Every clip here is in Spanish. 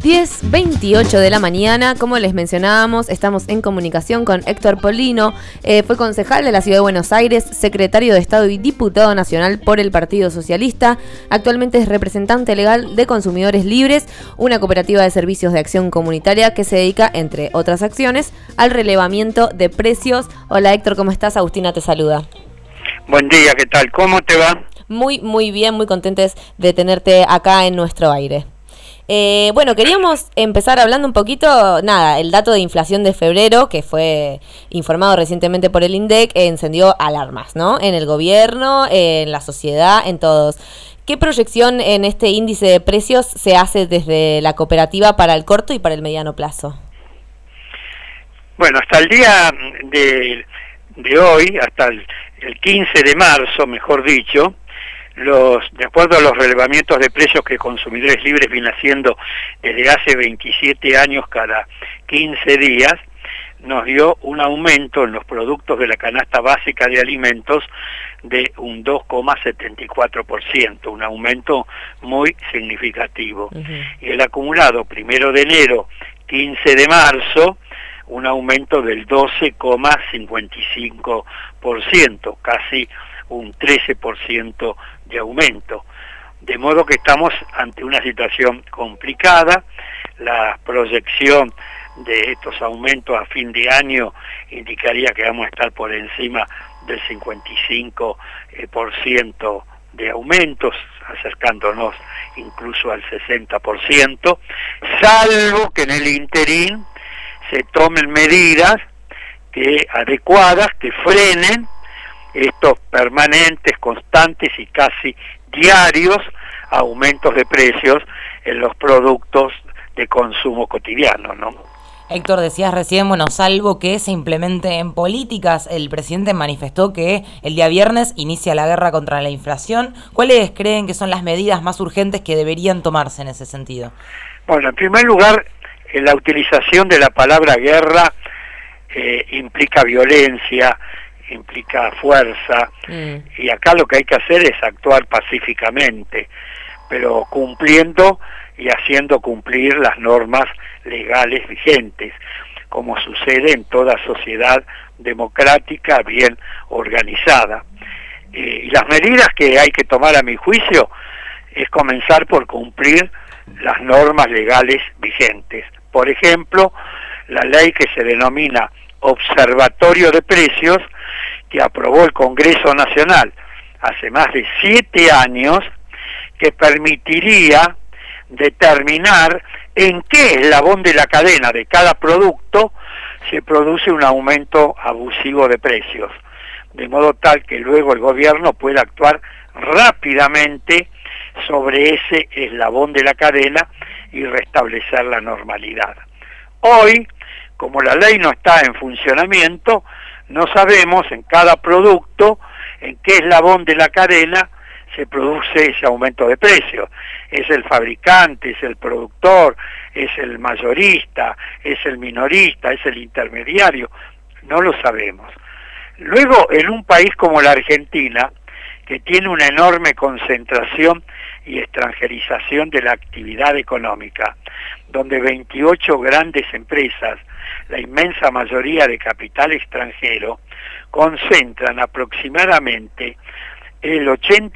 10:28 de la mañana, como les mencionábamos, estamos en comunicación con Héctor Polino, fue concejal de la Ciudad de Buenos Aires, secretario de Estado y diputado nacional por el Partido Socialista, actualmente es representante legal de Consumidores Libres, una cooperativa de servicios de acción comunitaria que se dedica, entre otras acciones, al relevamiento de precios. Hola Héctor, ¿cómo estás? Agustina te saluda. Buen día, ¿qué tal? ¿Cómo te va? Muy bien, muy contentes de tenerte acá en nuestro aire. Bueno, queríamos empezar hablando un poquito, el dato de inflación de febrero, que fue informado recientemente por el INDEC, encendió alarmas, ¿no? En el gobierno, en la sociedad, en todos. ¿Qué proyección en este índice de precios se hace desde la cooperativa para el corto y para el mediano plazo? Bueno, hasta el día de hoy, hasta el 15 de marzo, mejor dicho, de acuerdo a los relevamientos de precios que Consumidores Libres viene haciendo desde hace 27 años cada 15 días, nos dio un aumento en los productos de la canasta básica de alimentos de un 2,74%, un aumento muy significativo. Y el acumulado 1 de enero, 15 de marzo, un aumento del 12,55%, casi un 13% de aumento. De modo que estamos ante una situación complicada. La proyección de estos aumentos a fin de año indicaría que vamos a estar por encima del 55% de aumentos, acercándonos incluso al 60%, salvo que en el interín se tomen medidas adecuadas que frenen estos permanentes, constantes y casi diarios aumentos de precios en los productos de consumo cotidiano, ¿no? Héctor, decías recién, salvo que se implementen políticas, el presidente manifestó que el día viernes inicia la guerra contra la inflación. ¿Cuáles creen que son las medidas más urgentes que deberían tomarse en ese sentido? Bueno, en primer lugar, la utilización de la palabra guerra implica violencia, implica fuerza, y acá lo que hay que hacer es actuar pacíficamente, pero cumpliendo y haciendo cumplir las normas legales vigentes, como sucede en toda sociedad democrática bien organizada. Y las medidas que hay que tomar, a mi juicio, es comenzar por cumplir las normas legales vigentes. Por ejemplo, la ley que se denomina Observatorio de Precios, que aprobó el Congreso Nacional hace más de 7 años, que permitiría determinar en qué eslabón de la cadena de cada producto se produce un aumento abusivo de precios, de modo tal que luego el gobierno pueda actuar rápidamente sobre ese eslabón de la cadena y restablecer la normalidad. Hoy, como la ley no está en funcionamiento, no sabemos en cada producto en qué eslabón de la cadena se produce ese aumento de precios. ¿Es el fabricante, es el productor, es el mayorista, es el minorista, es el intermediario? No lo sabemos. Luego, en un país como la Argentina, que tiene una enorme concentración y extranjerización de la actividad económica, donde 28 grandes empresas, la inmensa mayoría de capital extranjero, concentran aproximadamente el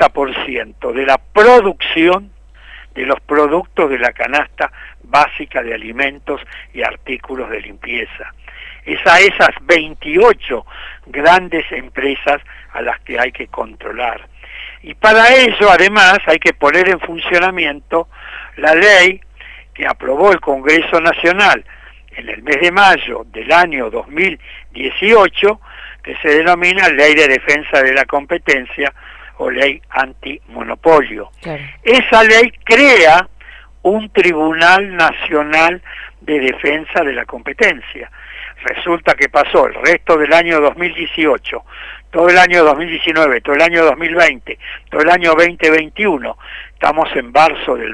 80% de la producción de los productos de la canasta básica de alimentos y artículos de limpieza. Es a esas 28 grandes empresas a las que hay que controlar. Y para ello, además, hay que poner en funcionamiento la ley que aprobó el Congreso Nacional en el mes de mayo del año 2018, que se denomina Ley de Defensa de la Competencia o Ley Antimonopolio. Claro. Esa ley crea un Tribunal Nacional de Defensa de la Competencia. Resulta que pasó el resto del año 2018, todo el año 2019, todo el año 2020, todo el año 2021, estamos en marzo del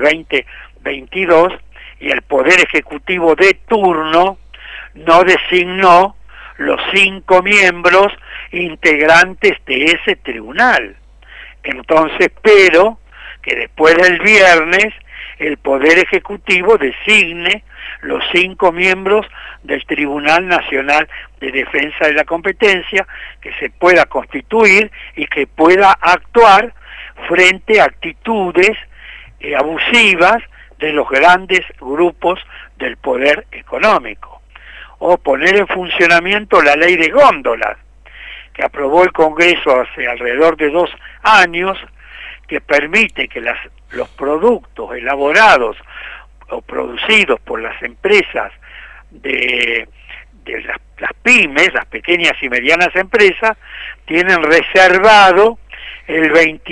2022, y el Poder Ejecutivo de turno no designó los 5 miembros integrantes de ese tribunal. Entonces espero que después del viernes el Poder Ejecutivo designe los 5 miembros del Tribunal Nacional de Defensa de la Competencia, que se pueda constituir y que pueda actuar frente a actitudes abusivas de los grandes grupos del poder económico. O poner en funcionamiento la ley de góndolas, que aprobó el Congreso hace alrededor de 2 años, que permite que los productos elaborados o producidos por las empresas de las pymes, las pequeñas y medianas empresas, tienen reservado el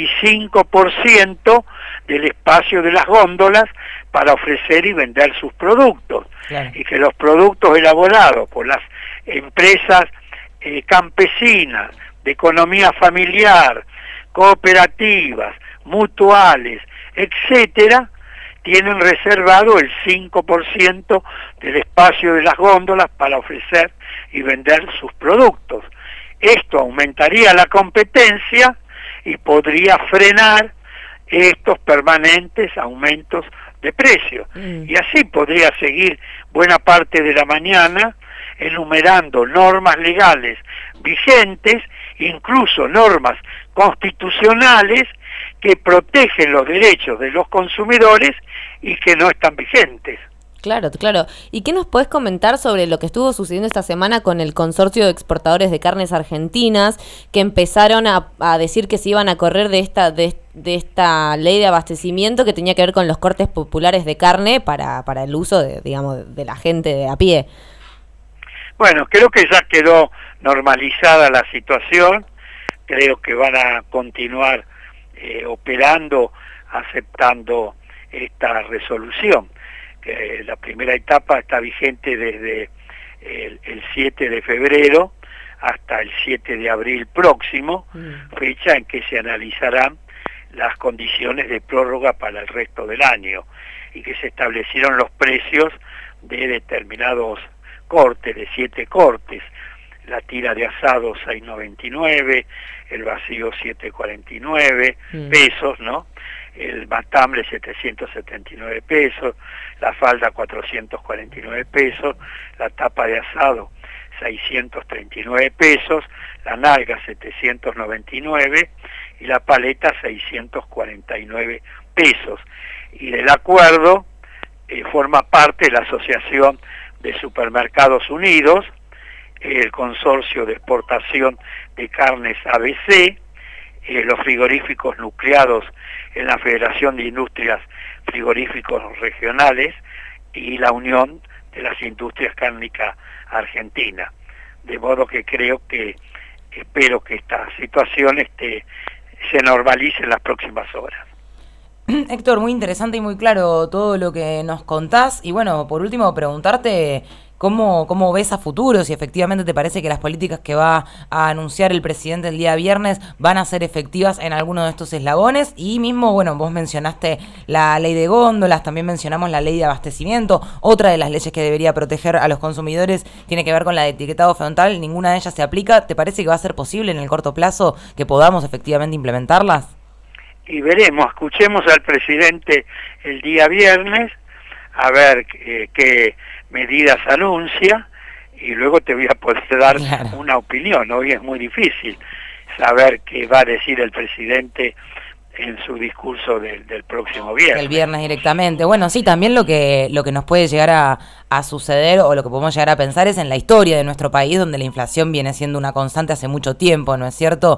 25% del espacio de las góndolas para ofrecer y vender sus productos. Claro. Y que los productos elaborados por las empresas campesinas, de economía familiar, cooperativas, mutuales, etcétera, tienen reservado el 5% del espacio de las góndolas para ofrecer y vender sus productos. Esto aumentaría la competencia y podría frenar estos permanentes aumentos de precios. Y así podría seguir buena parte de la mañana enumerando normas legales vigentes, incluso normas constitucionales que protegen los derechos de los consumidores y que no están vigentes. Claro, claro. ¿Y qué nos podés comentar sobre lo que estuvo sucediendo esta semana con el consorcio de exportadores de carnes argentinas, que empezaron a decir que se iban a correr de esta ley de abastecimiento que tenía que ver con los cortes populares de carne para el uso de la gente de a pie? Bueno, creo que ya quedó normalizada la situación, creo que van a continuar operando, aceptando esta resolución. Que la primera etapa está vigente desde el 7 de febrero hasta el 7 de abril próximo, fecha en que se analizarán las condiciones de prórroga para el resto del año y que se establecieron los precios de determinados cortes, de 7 cortes, la tira de asado 6.99, el vacío 7.49 pesos, ¿no? El matambre 779 pesos, la falda 449 pesos, la tapa de asado 639 pesos, la nalga 799 y la paleta 649 pesos. Y del acuerdo forma parte la Asociación de Supermercados Unidos, el Consorcio de Exportación de Carnes ABC, los frigoríficos nucleados en la Federación de Industrias Frigoríficos Regionales y la Unión de las Industrias Cárnicas Argentina. De modo que espero que esta situación se normalice en las próximas horas. Héctor, muy interesante y muy claro todo lo que nos contás. Y bueno, por último, preguntarte cómo ves a futuro, si efectivamente te parece que las políticas que va a anunciar el presidente el día viernes van a ser efectivas en alguno de estos eslabones. Y mismo, bueno, vos mencionaste la ley de góndolas, también mencionamos la ley de abastecimiento. Otra de las leyes que debería proteger a los consumidores tiene que ver con la de etiquetado frontal. Ninguna de ellas se aplica. ¿Te parece que va a ser posible en el corto plazo que podamos efectivamente implementarlas? Y veremos, escuchemos al presidente el día viernes, a ver qué medidas anuncia, y luego te voy a poder dar una opinión. Hoy es muy difícil saber qué va a decir el presidente en su discurso del próximo viernes. El viernes directamente. Bueno, sí, también lo que nos puede llegar a suceder o lo que podemos llegar a pensar es en la historia de nuestro país, donde la inflación viene siendo una constante hace mucho tiempo, ¿no es cierto?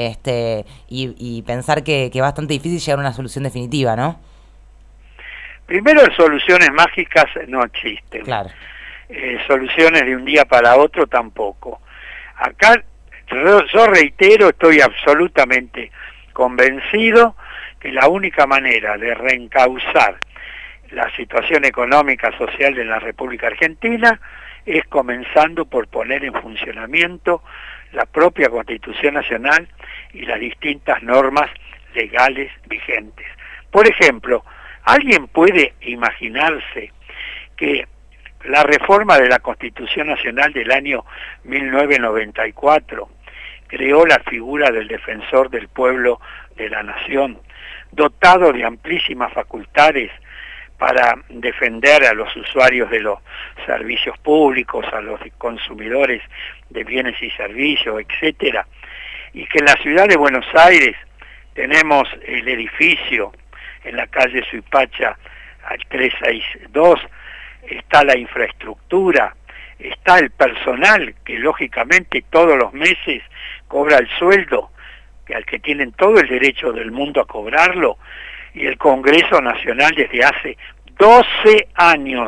Y pensar que es bastante difícil llegar a una solución definitiva, ¿no? Primero, soluciones mágicas no existen. Claro. Soluciones de un día para otro tampoco. Acá, yo reitero, estoy absolutamente convencido que la única manera de reencauzar la situación económica social de la República Argentina es comenzando por poner en funcionamiento la propia Constitución Nacional y las distintas normas legales vigentes. Por ejemplo, ¿alguien puede imaginarse que la reforma de la Constitución Nacional del año 1994 creó la figura del defensor del pueblo de la nación, dotado de amplísimas facultades para defender a los usuarios de los servicios públicos, a los consumidores de bienes y servicios, etcétera, y que en la ciudad de Buenos Aires tenemos el edificio en la calle Suipacha al 362, está la infraestructura, está el personal que lógicamente todos los meses cobra el sueldo, al que tienen todo el derecho del mundo a cobrarlo, y el Congreso Nacional desde hace 12 años,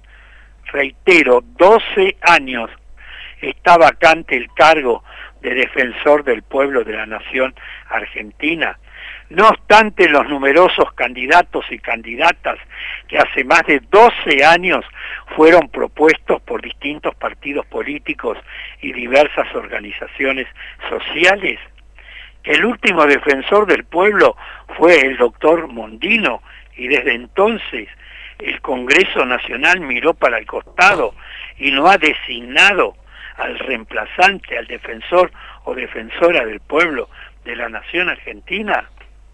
reitero, 12 años, está vacante el cargo de defensor del pueblo de la nación argentina. No obstante los numerosos candidatos y candidatas que hace más de 12 años fueron propuestos por distintos partidos políticos y diversas organizaciones sociales, el último defensor del pueblo fue el doctor Mondino, y desde entonces el Congreso Nacional miró para el costado y no ha designado al reemplazante, al defensor o defensora del pueblo de la nación argentina.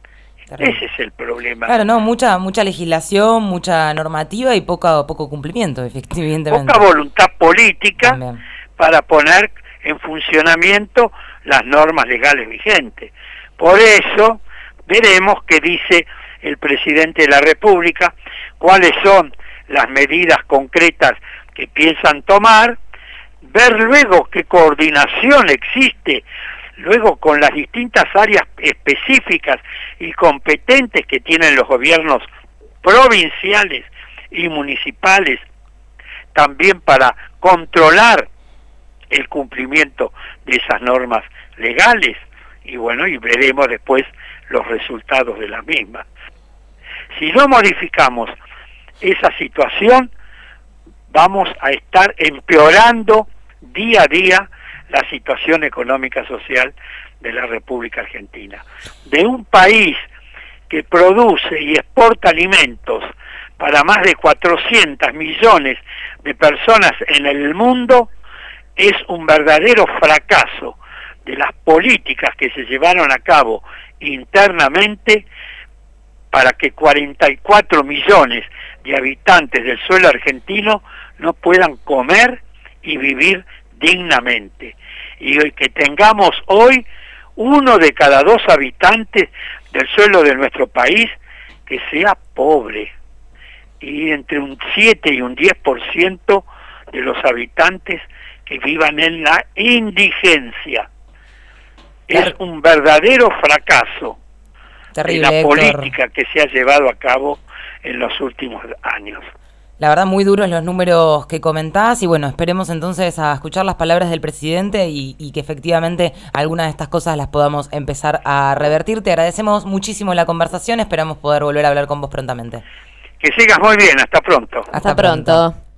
Ese es el problema. Claro, no, mucha legislación, mucha normativa y poco cumplimiento, efectivamente. Poca voluntad política también para poner en funcionamiento las normas legales vigentes. Por eso veremos qué dice el presidente de la República, cuáles son las medidas concretas que piensan tomar, ver luego qué coordinación existe luego con las distintas áreas específicas y competentes que tienen los gobiernos provinciales y municipales, también para controlar el cumplimiento de esas normas legales, y bueno, y veremos después los resultados de la misma. Si no modificamos esa situación, vamos a estar empeorando día a día la situación económica social de la República Argentina. De un país que produce y exporta alimentos para más de 400 millones de personas en el mundo, es un verdadero fracaso de las políticas que se llevaron a cabo internamente para que 44 millones de habitantes del suelo argentino no puedan comer y vivir dignamente. Y que tengamos hoy 1 de cada 2 habitantes del suelo de nuestro país que sea pobre, y entre un 7 y un 10% de los habitantes que vivan en la indigencia. Es un verdadero fracaso terrible, de la Héctor, política que se ha llevado a cabo en los últimos años. La verdad, muy duros los números que comentás, y bueno, esperemos entonces a escuchar las palabras del presidente y que efectivamente algunas de estas cosas las podamos empezar a revertir. Te agradecemos muchísimo la conversación, esperamos poder volver a hablar con vos prontamente. Que sigas muy bien, hasta pronto. Hasta pronto.